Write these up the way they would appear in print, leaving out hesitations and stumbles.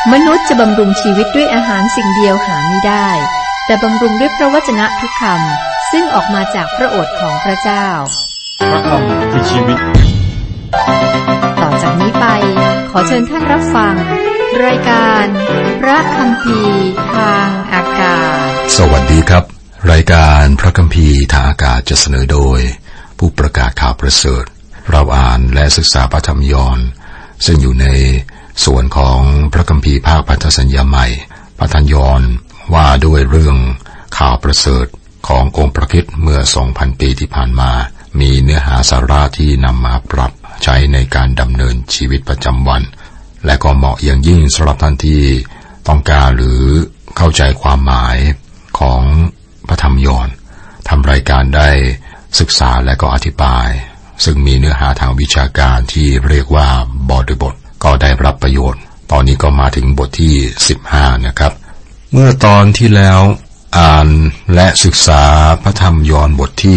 มนุษย์จะบำรุงชีวิตด้วยอาหารสิ่งเดียวหาไม่ได้แต่บำรุงด้วยพระวจนะทุกคำซึ่งออกมาจากพระโอษฐ์ของพระเจ้าพระคำคือชีวิตต่อจากนี้ไปขอเชิญท่านรับฟังรายการพระคัมภีร์ทางอากาศสวัสดีครับรายการพระคัมภีร์ทางอากาศจะเสนอโดยผู้ประกาศข่าวประเสริฐเราอ่านและศึกษาพระธรรมยอห์นซึ่งอยู่ในส่วนของพระคัมภีร์ภาคพันธสัญญาใหม่พระธรรมยอห์นว่าด้วยเรื่องข่าวประเสริฐขององค์พระคริสต์เมื่อ 2,000 ปีที่ผ่านมามีเนื้อหาสาระที่นำมาปรับใช้ในการดำเนินชีวิตประจำวันและก็เหมาะอย่างยิ่งสำหรับท่านที่ต้องการหรือเข้าใจความหมายของพระธรรมยอห์นทำรายการได้ศึกษาและก็อธิบายซึ่งมีเนื้อหาทางวิชาการที่เรียกว่าบริบทก็ได้รับประโยชน์ตอนนี้ก็มาถึงบทที่15นะครับเมื่อตอนที่แล้วอ่านและศึกษาพระธรรมยอห์นบทที่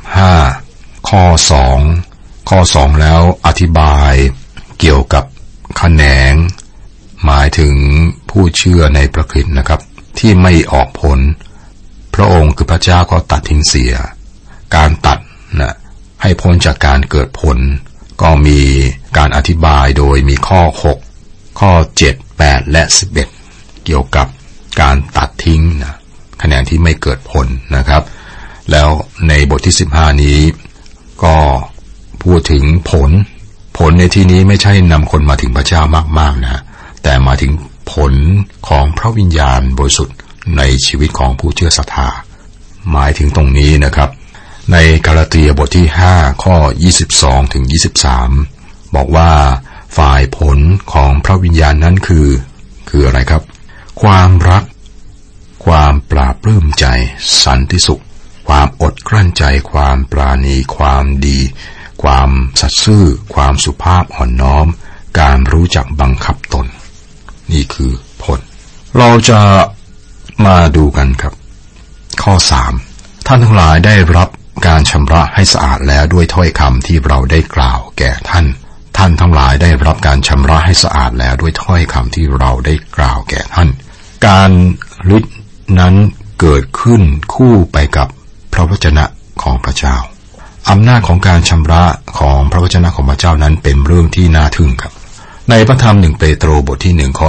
15ข้อ2แล้วอธิบายเกี่ยวกับแขนงหมายถึงผู้เชื่อในพระคริสต์นะครับที่ไม่ออกผลพระองค์คือพระเจ้าก็ตัดทิ้งเสียการตัดนะให้พ้นจากการเกิดผลก็มีการอธิบายโดยมีข้อ6ข้อ7 8และ11เกี่ยวกับการตัดทิ้งนะแขนงที่ไม่เกิดผลนะครับแล้วในบทที่15นี้ก็พูดถึงผลในที่นี้ไม่ใช่นำคนมาถึงพระเจ้ามากๆนะแต่มาถึงผลของพระวิญญาณบริสุทธิ์ในชีวิตของผู้เชื่อศรัทธาหมายถึงตรงนี้นะครับในกาลาเทียบทที่5ข้อ22ถึง23บอกว่าฝ่ายผลของพระวิญญาณนั้นคืออะไรครับความรักความปราบปลื้มใจสันติสุขความอดกลั้นใจความปราณีความดีความสัตย์ซื่อความสุภาพอ่อนน้อมการรู้จักบังคับตนนี่คือผลเราจะมาดูกันครับข้อ3ท่านทั้งหลายได้รับการชำระให้สะอาดแล้วด้วยถ้อยคำที่เราได้กล่าวแก่ท่านทั้งหลายได้รับการชำระให้สะอาดแล้วด้วยถ้อยคำที่เราได้กล่าวแก่ท่านการฤทธิ์นั้นเกิดขึ้นคู่ไปกับพระวจนะของพระเจ้าอำนาจของการชำระของพระวจนะของพระเจ้านั้นเป็นเรื่องที่น่าทึ่งครับในพระธรรม1เปโตรบทที่1ข้อ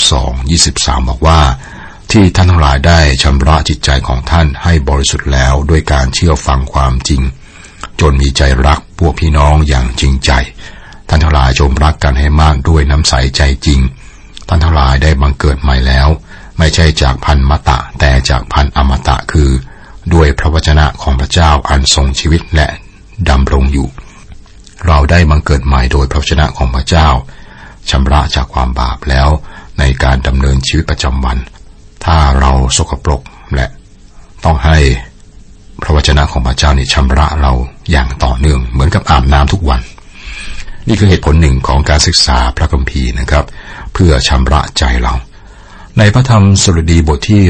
22-23บอกว่าที่ท่านทั้งหลายได้ชำระจิตใจของท่านให้บริสุทธิ์แล้วด้วยการเชื่อฟังความจริงจนมีใจรักพวกพี่น้องอย่างจริงใจท่านทั้งหลายจงรักกันให้มากด้วยน้ำใสใจจริงท่านทั้งหลายได้บังเกิดใหม่แล้วไม่ใช่จากพันธุ์มตะแต่จากพันธุ์อมตะคือด้วยพระวจนะของพระเจ้าอันทรงชีวิตและดำรงอยู่เราได้บังเกิดใหม่โดยพระวจนะของพระเจ้าชำระจากความบาปแล้วในการดำเนินชีวิตประจำวันถ้าเราสกปรกและต้องให้พระวจนะของพระเจ้านี่ชำระเราอย่างต่อเนื่องเหมือนกับอาบน้ำทุกวันนี่คือเหตุผลหนึ่งของการศึกษาพระคัมภีร์นะครับเพื่อชำระใจเราในพระธรรมสดุดีบทที่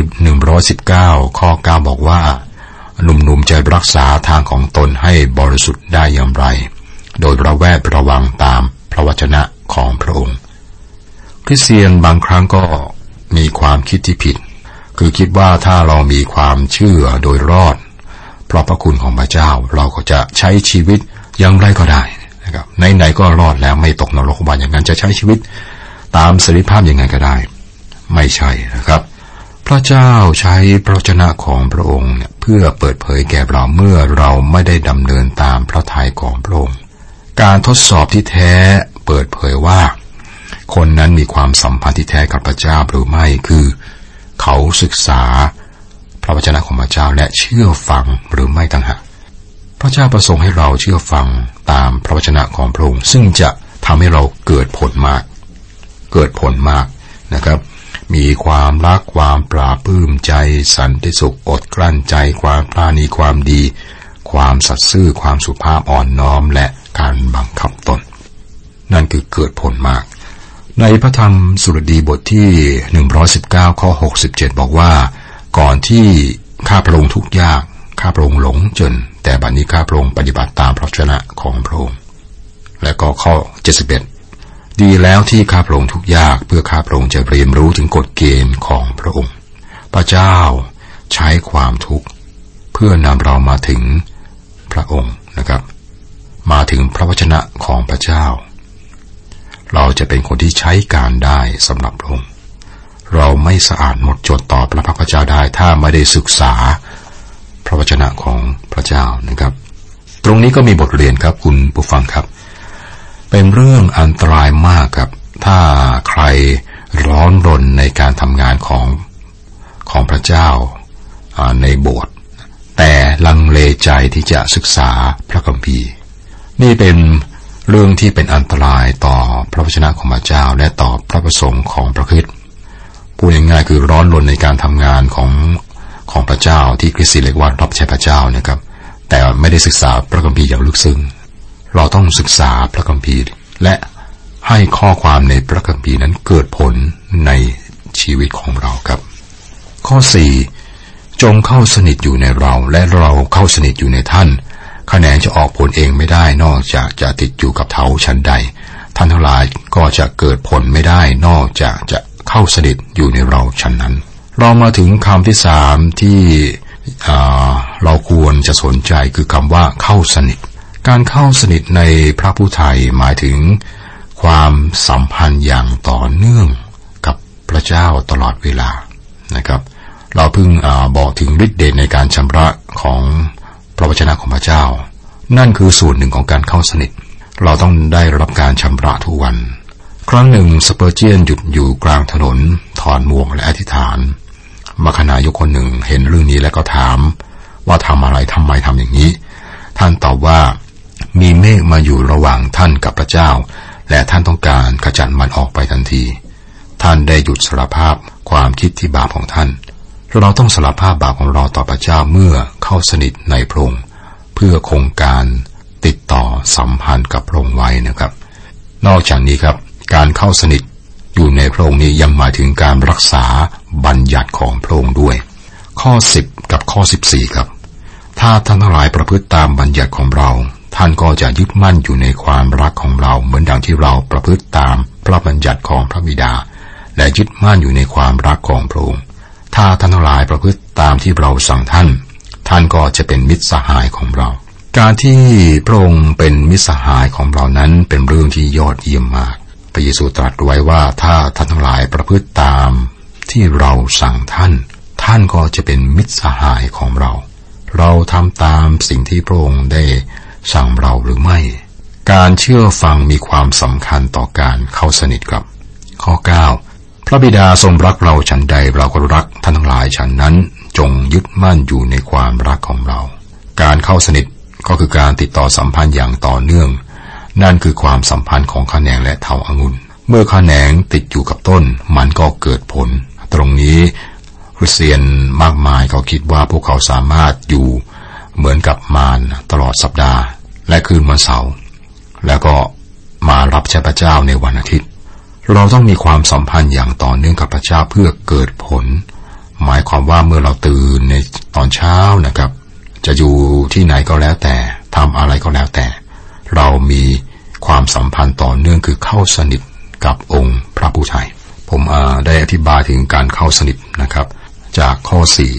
119ข้อ9บอกว่าหนุ่มๆจะรักษาทางของตนให้บริสุทธิ์ได้อย่างไรโดยระแวดระวังตามพระวจนะของพระองค์คริสเตียนบางครั้งก็มีความคิดที่ผิดคือคิดว่าถ้าเรามีความเชื่อโดยรอดเพราะพระคุณของพระเจ้าเราก็จะใช้ชีวิตอย่างไรก็ได้นะครับไหนๆก็รอดแล้วไม่ตกนรกบาลอย่างนั้นจะใช้ชีวิตตามเสรีภาพยังไงก็ได้ไม่ใช่นะครับพระเจ้าใช้พระวจนะของพระองค์เพื่อเปิดเผยแก่เราเมื่อเราไม่ได้ดำเนินตามพระทัยของพระองค์การทดสอบที่แท้เปิดเผยว่าคนนั้นมีความสัมพันธ์ที่แท้กับพระเจ้าหรือไม่คือเขาศึกษาพระวจนะของพระเจ้าและเชื่อฟังหรือไม่ต่างหากพระเจ้าประสงค์ให้เราเชื่อฟังตามพระวจนะของพระองค์ซึ่งจะทำให้เราเกิดผลมากนะครับมีความรักความปราบปลื้มใจสันติสุขอดกลั้นใจความปราณีความดีความสัตย์ซื่อความสุภาพอ่อนน้อมและการบังคับตนนั่นคือเกิดผลมากในพระธรรมสดุดีบทที่119ข้อ67บอกว่าก่อนที่ข้าพระองค์ทุกข์ยากข้าพระองค์หลงจนแต่บัดนี้ข้าพระองค์ปฏิบัติตามพระวจนะของพระองค์และก็ข้อ71 ดีแล้วที่ข้าพระองค์ทุกข์ยากเพื่อข้าพระองค์จะเรียนรู้ถึงกฎเกณฑ์ของพระองค์พระเจ้าใช้ความทุกข์เพื่อนำเรามาถึงพระองค์นะครับมาถึงพระวจนะของพระเจ้าเราจะเป็นคนที่ใช้การได้สำหรับพระองค์เราไม่สะอาดหมดจดต่อพระพักพระเจ้าได้ถ้าไม่ได้ศึกษาพระวจนะของพระเจ้านะครับตรงนี้ก็มีบทเรียนครับคุณผู้ฟังครับเป็นเรื่องอันตรายมากครับถ้าใครร้อนรนในการทำงานของพระเจ้าในโบสถ์แต่ลังเลใจที่จะศึกษาพระคัมภีร์นี่เป็นเรื่องที่เป็นอันตรายต่อพระวจนะของพระเจ้าและต่อพระประสงค์ของพระคริสต์พูดง่ายๆคือร้อนรนในการทำงานของพระเจ้าที่คริสต์เรียกว่ารับใช้พระเจ้านะครับแต่ไม่ได้ศึกษาพระคัมภีร์อย่างลึกซึ้งเราต้องศึกษาพระคัมภีร์และให้ข้อความในพระคัมภีร์นั้นเกิดผลในชีวิตของเราครับข้อ 4 จงเข้าสนิทอยู่ในเราและเราเข้าสนิทอยู่ในท่านแขนงจะออกผลเองไม่ได้นอกจากจะติดอยู่กับเถาฉันใดท่านทั้งหลายก็จะเกิดผลไม่ได้นอกจากจะเข้าสนิทอยู่ในเราฉันนั้นเรามาถึงคำที่ 3ที่เราควรจะสนใจคือคำว่าเข้าสนิทการเข้าสนิทในพระผู้ไทยหมายถึงความสัมพันธ์อย่างต่อเนื่องกับพระเจ้าตลอดเวลานะครับเราเพิ่งบอกถึงฤทธิ์เดชในการชำระของพระวจนะของพระเจ้านั่นคือส่วนหนึ่งของการเข้าสนิทเราต้องได้รับการชำระทุกวันครั้งหนึ่งสเปอร์เจียนหยุดอยู่กลางถนนถอดหมวกและอธิษฐานมัคคณายกคนหนึ่งเห็นเรื่องนี้แล้วก็ถามว่าทำอะไรทำไมทำอย่างนี้ท่านตอบว่ามีเมฆมาอยู่ระหว่างท่านกับพระเจ้าและท่านต้องการขจัดมันออกไปทันทีท่านได้หยุดสารภาพความคิดที่บาปของท่านเราต้องสารภาพบาปของเราต่อพระเจ้าเมื่อเข้าสนิทในพระองค์เพื่อคงการติดต่อสัมพันธ์กับพระองค์ไว้นะครับนอกจากนี้ครับการเข้าสนิทอยู่ในพระองค์นี้ยังหมายถึงการรักษาบัญญัติของพระองค์ด้วยข้อ 10 กับข้อ 14ครับถ้าท่านทั้งหลายประพฤติตามบัญญัติของเราท่านก็จะยึดมั่นอยู่ในความรักของเราเหมือนดังที่เราประพฤติตามพระบัญญัติของพระบิดาและยึดมั่นอยู่ในความรักของพระองค์ถ้าท่านทั้งหลายประพฤติตามที่เราสั่งท่านก็จะเป็นมิตรสหายของเราการที่พระองค์เป็นมิตรสหายของเรานั้นเป็นเรื่องที่ยอดเยี่ยมมากพระเยซูตรัสไว้ว่าถ้าท่านทั้งหลายประพฤติตามที่เราสั่งท่านก็จะเป็นมิตรสหายของเราทำตามสิ่งที่พระองค์ได้สั่งเราหรือไม่การเชื่อฟังมีความสำคัญต่อการเข้าสนิทครับข้อ 9 พระบิดาทรงรักเราฉันใดเราก็รักท่านทั้งหลายฉันนั้นจงยึดมั่นอยู่ในความรักของเราการเข้าสนิทก็คือการติดต่อสัมพันธ์อย่างต่อเนื่องนั่นคือความสัมพันธ์ของขแขนงและเถาองุ่นเมื่อขแขนงติดอยู่กับต้นมันก็เกิดผลตรงนี้คริสเตียนมากมายเขาคิดว่าพวกเขาสามารถอยู่เหมือนกับมารตลอดสัปดาห์และคืนวันเสาร์แล้วก็มารับใช้พระเจ้าในวันอาทิตย์เราต้องมีความสัมพันธ์อย่างต่อเนื่องกับพระเจ้าเพื่อเกิดผลหมายความว่าเมื่อเราตื่นในตอนเช้านะครับจะอยู่ที่ไหนก็แล้วแต่ทำอะไรก็แล้วแต่เรามีความสัมพันธ์ต่อเนื่องคือเข้าสนิทกับองค์พระผู้ไทยผมได้อธิบายถึงการเข้าสนิทนะครับจากข้อ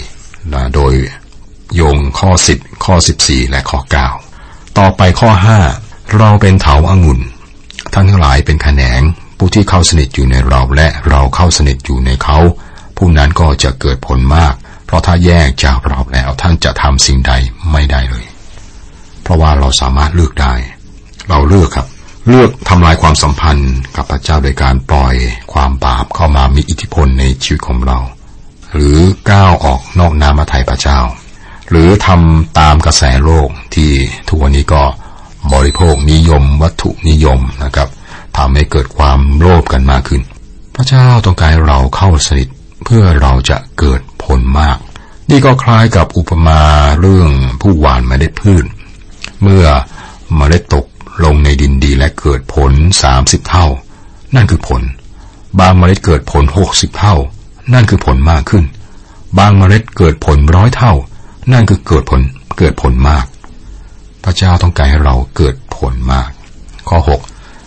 4โดยโยงข้อ 10ข้อ 14และข้อ 9ต่อไปข้อ 5เราเป็นเถาองุ่นท่านทั้งหลายเป็นแขนงผู้ที่เข้าสนิทอยู่ในเราและเราเข้าสนิทอยู่ในเขาผู้นั้นก็จะเกิดผลมากเพราะถ้าแยกจากเราแล้วท่านจะทำสิ่งใดไม่ได้เลยเพราะว่าเราสามารถเลือกได้เราเลือกครับเลือกทำลายความสัมพันธ์กับพระเจ้าโดยการปล่อยความบาปเข้ามามีอิทธิพลในชีวิตของเราหรือก้าวออกนอกน้ำพระทัยพระเจ้าหรือทำตามกระแสโลกที่ทุกวันนี้ก็บริโภคนิยมวัตถุนิยมนะครับทำให้เกิดความโลภกันมากขึ้นพระเจ้าต้องการเราเข้าสนิทเพื่อเราจะเกิดผลมากนี่ก็คล้ายกับอุปมาเรื่องผู้หว่านเมล็ดพืชเมื่อเมล็ดตกลงในดินดีและเกิดผล30เท่านั่นคือผลบางเมล็ดเกิดผล60เท่านั่นคือผลมากขึ้นบางเมล็ดเกิดผล100เท่านั่นคือเกิดผลมากพระเจ้าต้องการให้เราเกิดผลมากข้อ 6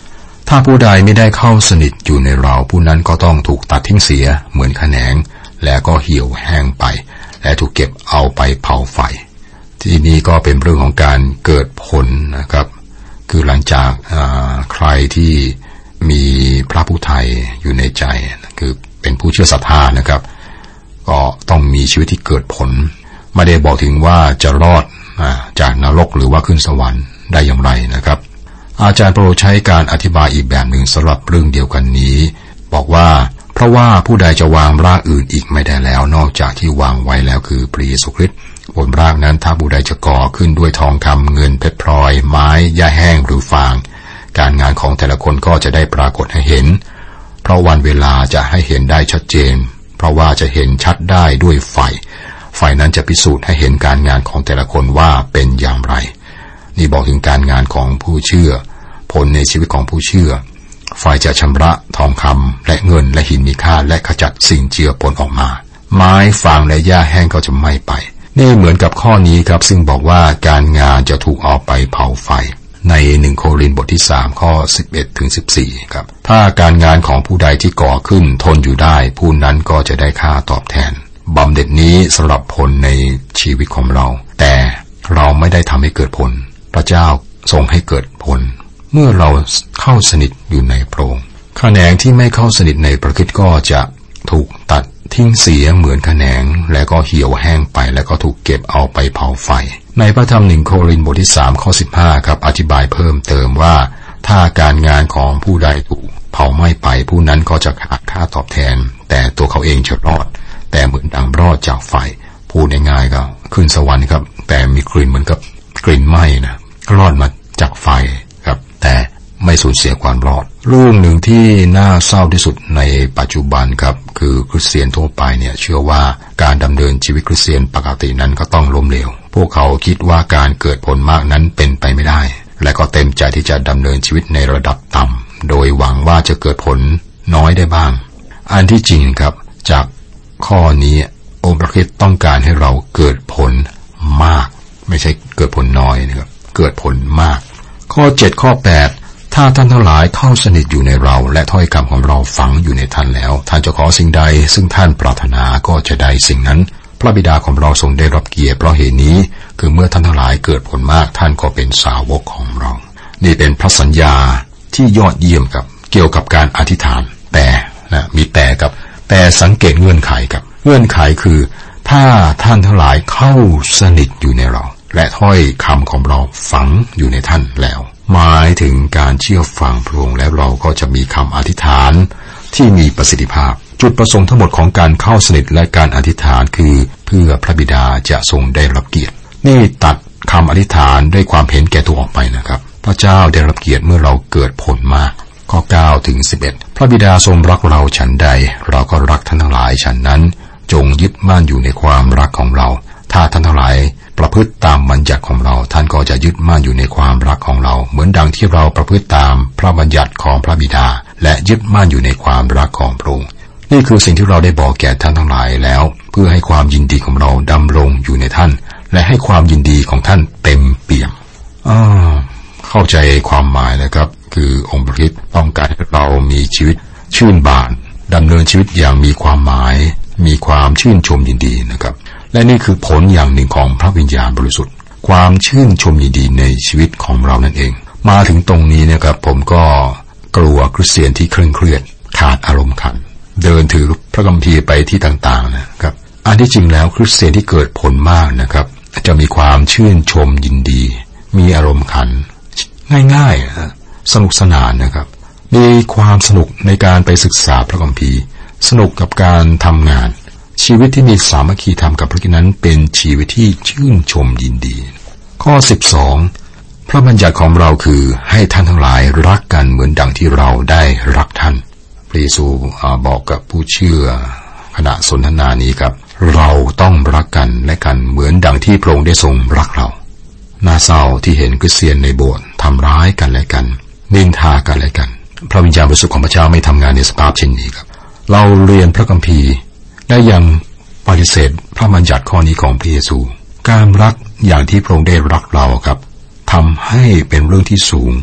ถ้าผู้ใดไม่ได้เข้าสนิทอยู่ในเราผู้นั้นก็ต้องถูกตัดทิ้งเสียเหมือนแขนงแล้วก็เหี่ยวแห้งไปและถูกเก็บเอาไปเผาไฟที่นี้ก็เป็นเรื่องของการเกิดผลนะครับคือหลังจากใครที่มีพระผู้ไทยอยู่ในใจคือเป็นผู้เชื่อศรัทธานะครับก็ต้องมีชีวิตที่เกิดผลไม่ได้บอกถึงว่าจะรอดจากนรกหรือว่าขึ้นสวรรค์ได้อย่างไรนะครับอาจารย์เปโลใช้การอธิบายอีกแบบหนึ่งสำหรับเรื่องเดียวกันนี้บอกว่าเพราะว่าผู้ใดจะวางรากอื่นอีกไม่ได้แล้วนอกจากที่วางไว้แล้วคือพระเยซูคริสต์บนรากนั้นถ้าผู้ใดจะก่อขึ้นด้วยทองคำเงินเพชรพลอยไม้หญ้าแห้งหรือฟางการงานของแต่ละคนก็จะได้ปรากฏให้เห็นเพราะวันเวลาจะให้เห็นได้ชัดเจนเพราะว่าจะเห็นชัดได้ด้วยไฟนั้นจะพิสูจน์ให้เห็นการงานของแต่ละคนว่าเป็นอย่างไรนี่บอกถึงการงานของผู้เชื่อผลในชีวิตของผู้เชื่อไฟจะชำระทองคำและเงินและหินมีค่าและขจัดสิ่งเจือปนออกมาไม้ฟางและหญ้าแห้งก็จะไม่ไปนี่เหมือนกับข้อนี้ครับซึ่งบอกว่าการงานจะถูกเอาไปเผาไฟใน1 โครินธ์บทที่3ข้อ11ถึง14ครับถ้าการงานของผู้ใดที่ก่อขึ้นทนอยู่ได้ผู้นั้นก็จะได้ค่าตอบแทนบำเหน็จนี้สำหรับผลในชีวิตของเราแต่เราไม่ได้ทำให้เกิดผลพระเจ้าทรงให้เกิดผลเมื่อเราเข้าสนิทอยู่ในพระองค์แขนงที่ไม่เข้าสนิทในพระคริสต์ก็จะถูกตัดทิ้งเสียเหมือนแขนงและก็เหี่ยวแห้งไปแล้วก็ถูกเก็บเอาไปเผาไฟในพระธรรม1 โครินธ์บทที่3ข้อ15ครับอธิบายเพิ่มเติมว่าถ้าการงานของผู้ใดถูกเผาไหม้ไปผู้นั้นก็จะขาดค่าตอบแทนแต่ตัวเขาเองจะรอดแต่เหมือนดังรอดจากไฟพูดง่ายๆก็ขึ้นสวรรค์ครับแต่มีกลิ่นเหมือนกับกลิ่นไหม้นะรอดมาจากไฟครับแต่ไม่สูญเสียความรอดเรื่องหนึ่งที่น่าเศร้าที่สุดในปัจจุบันครับคือคริสเตียนทั่วไปเนี่ยเชื่อว่าการดำเนินชีวิตคริสเตียนปกตินั้นก็ต้องล้มเหลวพวกเขาคิดว่าการเกิดผลมากนั้นเป็นไปไม่ได้และก็เต็มใจที่จะดำเนินชีวิตในระดับต่ำโดยหวังว่าจะเกิดผลน้อยได้บ้างอันที่จริงครับจากข้อนี้องค์พระคริสต์ต้องการให้เราเกิดผลมากไม่ใช่เกิดผลน้อยนะครับเกิดผลมากข้อ7ข้อ8ถ้าท่านทั้งหลายเข้าสนิทอยู่ในเราและถ้อยคำของเราฝังอยู่ในท่านแล้วท่านจะขอสิ่งใดซึ่งท่านปรารถนาก็จะได้สิ่งนั้นพระบิดาของเราทรงได้รับเกียรติเพราะเหตุนี้คือเมื่อท่านทั้งหลายเกิดผลมากท่านก็เป็นสาวกของเรานี่เป็นพระสัญญาที่ยอดเยี่ยมกับเกี่ยวกับการอธิษฐานแต่มีแต่กับแต่สังเกตเงื่อนไขกับเงื่อนไขคือถ้าท่านทั้งหลายเข้าสนิทอยู่ในเราและถ้อยคำของเราฝังอยู่ในท่านแล้วหมายถึงการเชื่อฟังพระองค์แล้วเราก็จะมีคำอธิษฐานที่มีประสิทธิภาพจุดประสงค์ทั้งหมดของการเข้าสนิทและการอธิษฐานคือเพื่อพระบิดาจะทรงได้รับเกียรตินี่ตัดคำอธิษฐานด้วยความเห็นแก่ตัวออกไปนะครับพระเจ้าได้รับเกียรติเมื่อเราเกิดผลมากข้อ9ถึง11พระบิดาทรงรักเราฉันใดเราก็รักท่านทั้งหลายฉันนั้นจงยึดมั่นอยู่ในความรักของเราถ้าท่านทั้งหลายประพฤติตามบัญญัติของเราท่านก็จะยึดมั่นอยู่ในความรักของเราเหมือนดังที่เราประพฤติตามพระบัญญัติของพระบิดาและยึดมั่นอยู่ในความรักของพระองค์นี่คือสิ่งที่เราได้บอกแก่ท่านทั้งหลายแล้วเพื่อให้ความยินดีของเราดำรงอยู่ในท่านและให้ความยินดีของท่านเต็มเปี่ยมเข้าใจความหมายนะครับคือองค์พระคริสต์ต้องการให้เรามีชีวิตชื่นบานดำเนินชีวิตอย่างมีความหมายมีความชื่นชมยินดีนะครับและนี่คือผลอย่างหนึ่งของพระวิญญาณบริสุทธิ์ความชื่นชมยินดีในชีวิตของเรานั่นเองมาถึงตรงนี้นะครับผมก็กลัวคริสเตียนที่เคร่งเครียดขาดอารมณ์ขันเดินถือพระคัมภีร์ไปที่ต่างๆนะครับอันที่จริงแล้วคริสเตียนที่เกิดผลมากนะครับจะมีความชื่นชมยินดีมีอารมณ์ขันง่ายๆสนุกสนานนะครับมีความสนุกในการไปศึกษาพระคัมภีร์สนุกกับการทำงานชีวิตที่มีสามัคคีธรรมกับพระกิจนั้นเป็นชีวิตที่ชื่นชมยินดีข้อ12พระบัญญัติของเราคือให้ท่านทั้งหลายรักกันเหมือนดังที่เราได้รักท่านพระเยซูบอกกับผู้เชื่อขณะสนทนานี้ครับเราต้องรักกันและกันเหมือนดังที่พระองค์ได้ทรงรักเราน่าเศร้าที่เห็นคริสเตียนในโบสถ์ทำร้ายกันและกันนินทากันและกันพระวิญญาณบริสุทธิ์ของพระเจ้าไม่ทำงานในสภาพเช่นนี้ครับเราเรียนพระคัมภีร์และยังปฏิเสธพระบัญญัติข้อนี้ของพระเยซูการรักอย่างที่พระองค์ได้รักเราครับทำให้เป็นเรื่องที่สูงพ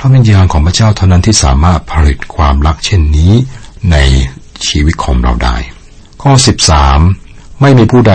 ระวิญญาณของพระเจ้าเท่านั้นที่สามารถผลิตความรักเช่นนี้ในชีวิตของเราได้ข้อ13ไม่มีผู้ใด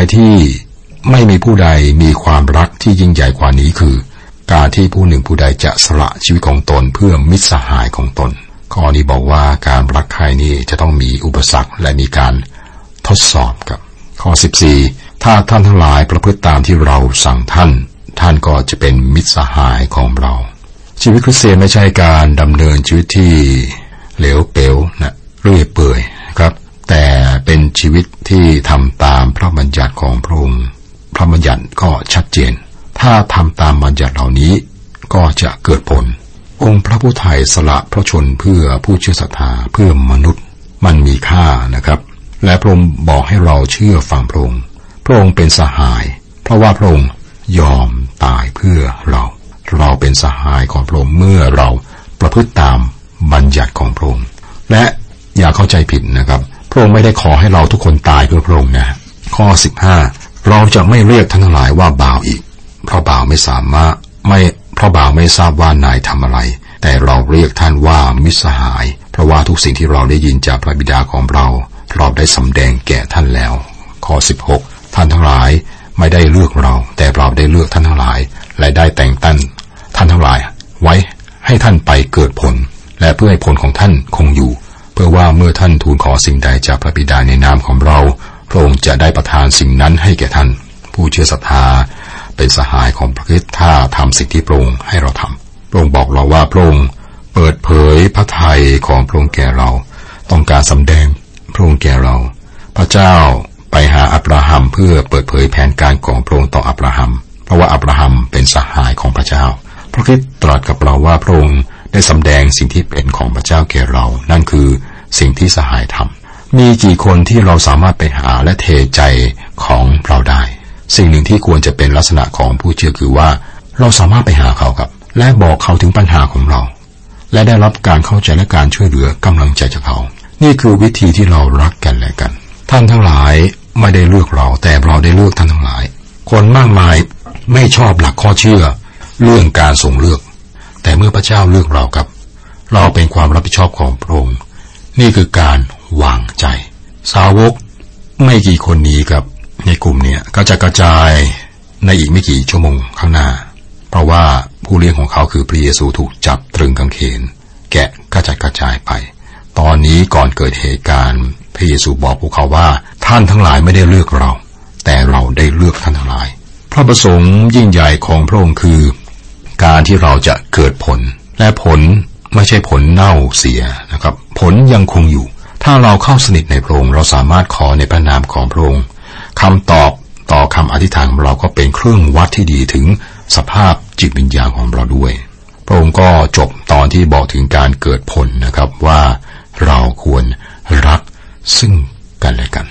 มีความรักที่ยิ่งใหญ่กว่านี้คือการที่ผู้หนึ่งผู้ใดจะสละชีวิตของตนเพื่อมิตรสหายของตนข้อนี้บอกว่าการรักใครนี่จะต้องมีอุปสรรคและมีการทดสอบครับข้อ14ถ้าท่านทั้งหลายประพฤติตามที่เราสั่งท่านก็จะเป็นมิตรสหายของเราชีวิตคริสเตียนไม่ใช่การดำเนินชีวิตที่เหลวเป๋วนะเรื่อยเปื่อยครับแต่เป็นชีวิตที่ทำตามพระบัญญัติของพระองค์พระบัญญัติก็ชัดเจนถ้าทำตามบัญญัติเหล่านี้ก็จะเกิดผลองค์พระผู้ไถ่สละพระชนเพื่อผู้เชื่อศรัทธาเพื่อมนุษย์มันมีค่านะครับและพระองค์บอกให้เราเชื่อฟังพระองค์เป็นสหายเพราะว่าพระองค์ยอมตายเพื่อเราเป็นสหายของพระองค์เมื่อเราประพฤติตามบัญญัติของพระองค์และอย่าเข้าใจผิดนะครับพระองค์ไม่ได้ขอให้เราทุกคนตายเพื่อพระองค์นะข้อ15เราจะไม่เรียกท่านทั้งหลายว่าบ่าวอีกเพราะบ่าวไม่ทราบว่านายทำอะไรแต่เราเรียกท่านว่ามิตรสหายเพราะว่าทุกสิ่งที่เราได้ยินจากพระบิดาของเราได้สำแดงแก่ท่านแล้วข้อ16ท่านทั้งหลายไม่ได้เลือกเราแต่เราได้เลือกท่านทั้งหลายและได้แต่งตั้งท่านทั้งหลายไว้ให้ท่านไปเกิดผลและเพื่อให้ผลของท่านคงอยู่เพื่อว่าเมื่อท่านทูลขอสิ่งใดจากพระบิดาในนามของเราพระองค์จะได้ประทานสิ่งนั้นให้แก่ท่านผู้เชื่อศรัทธาเป็นสหายของพระคริสต์ถ้าทำสิ่งที่พระองค์ให้เราทำพระองค์บอกเราว่าพระองค์เปิดเผยพระทัยของพระองค์แก่เราต้องการสำแดงพระองค์แก่เราพระเจ้าไปหาอับราฮัมเพื่อเปิดเผยแผนการของพระองค์ต่ออับราฮัมเพราะว่าอับราฮัมเป็นสหายของพระเจ้าพระคริสต์ตรัสกับเราว่าพระองค์ได้สำแดงสิ่งที่เป็นของพระเจ้าแก่เรานั่นคือสิ่งที่สหายทำมีกี่คนที่เราสามารถไปหาและเทใจของเราได้สิ่งหนึ่งที่ควรจะเป็นลักษณะของผู้เชื่อคือว่าเราสามารถไปหาเขาครับและบอกเขาถึงปัญหาของเราและได้รับการเข้าใจและการช่วยเหลือกำลังใจจากเขานี่คือวิธีที่เรารักกันและกันท่านทั้งหลายไม่ได้เลือกเราแต่เราได้เลือกท่านทั้งหลายคนมากมายไม่ชอบหลักข้อเชื่อเรื่องการทรงเลือกแต่เมื่อพระเจ้าเลือกเราครับเราเป็นความรับผิดชอบของพระองค์นี่คือการวางใจสาวกไม่กี่คนนี้ครับในกลุ่มนี้ก็จะกระจายในอีกไม่กี่ชั่วโมงข้างหน้าเพราะว่าผู้เลี้ยงของเขาคือพระเยซูถูกจับตรึงกางเขนแกะกระจายไปตอนนี้ก่อนเกิดเหตุการณ์พระเยซูบอกพวกเขาว่าท่านทั้งหลายไม่ได้เลือกเราแต่เราได้เลือกท่านทั้งหลายพระประสงค์ยิ่งใหญ่ของพระองค์คือการที่เราจะเกิดผลและผลไม่ใช่ผลเน่าเสียนะครับผลยังคงอยู่ถ้าเราเข้าสนิทในพระองค์เราสามารถขอในพระนามของพระองค์คำตอบต่อคำอธิษฐานของเราก็เป็นเครื่องวัดที่ดีถึงสภาพจิตวิญญาณของเราด้วยพระองค์ก็จบตอนที่บอกถึงการเกิดผลนะครับว่าเราควรรักซึ่งกันและกัน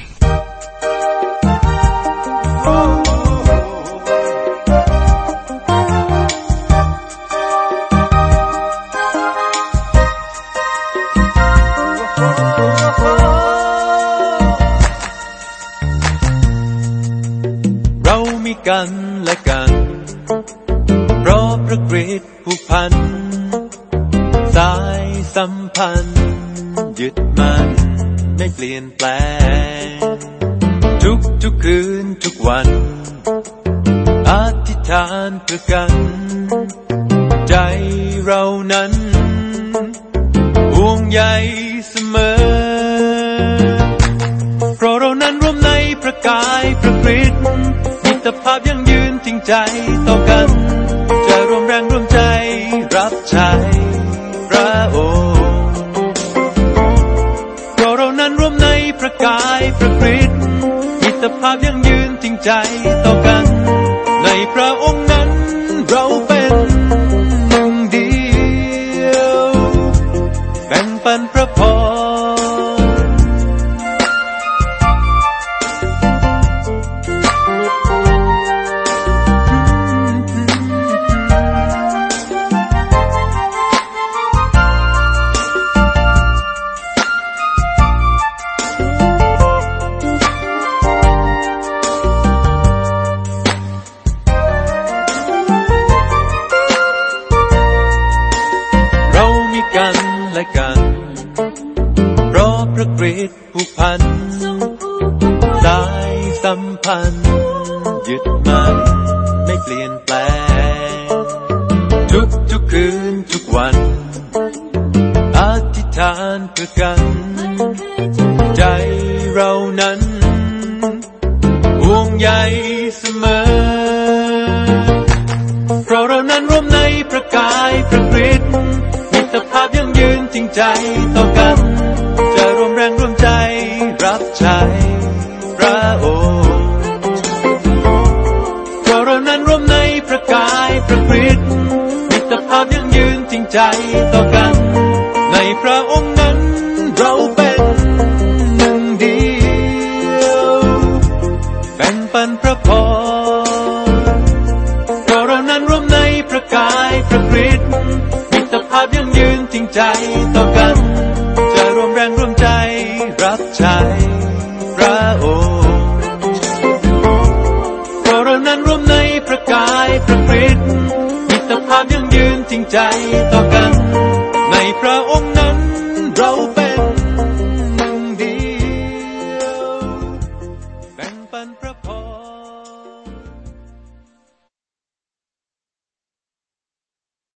เรามีกันและกันเพราะพระกฤษผูกพันสายสัมพันธ์ยึดมั่นไม่เปลี่ยนแปลงทุกคืนทุกวันอธิษฐานเพื่อกันใจเรานั้นห่วงใยเสมอเพราะเรานั้นร่วมในพระกายพระคริสต์มิตรภาพยั่งยืนจริงใจต่อกันจะร่วมแรงร่วมใจรับใช้พระองค์เพราะเรานั้นร่วมในพระกายพระคริสต์มิตรภาพยั่งยืนจริงใจต่อกันในพระองค์นั้นเราเป็นหนึ่งเดียวแบ่งปันพระพรเเพราะพระกฤษฐ์ผูกพันสายสัมพันธ์ยึดมั่นไม่เปลี่ยนแปลงทุกคืนทุกวันอธิษฐานเพื่อกันใจเรานั้นห่วงใยเสมอเพราะเรานั้นร่วมในพระกายพระกฤษฐ์มิตรภาพยั่งยืนจริงใจต่อกันจะร่วมแรงร่วมใจรับใช้พระองค์เพราะเรานั้นร่วมในพระกายพระกฤษฐ์มิตรภาพยั่งยืนจริงใจต่อกันในพระองค์นั้นเราเป็นหนึ่งเดียวแบ่งปันพระพรเพราะเรานั้นร่วมในพระกายพระกฤษฐ์มิตรภาพยั่งยืนจริงใจต่อกันจะร่วมแรงร่วมใจรับใช้พระองค์เพราะเรานั้นร่วมในพระกายพระกฤษฐ์มิตรภาพยั่งยืนจริงใจต่อกัน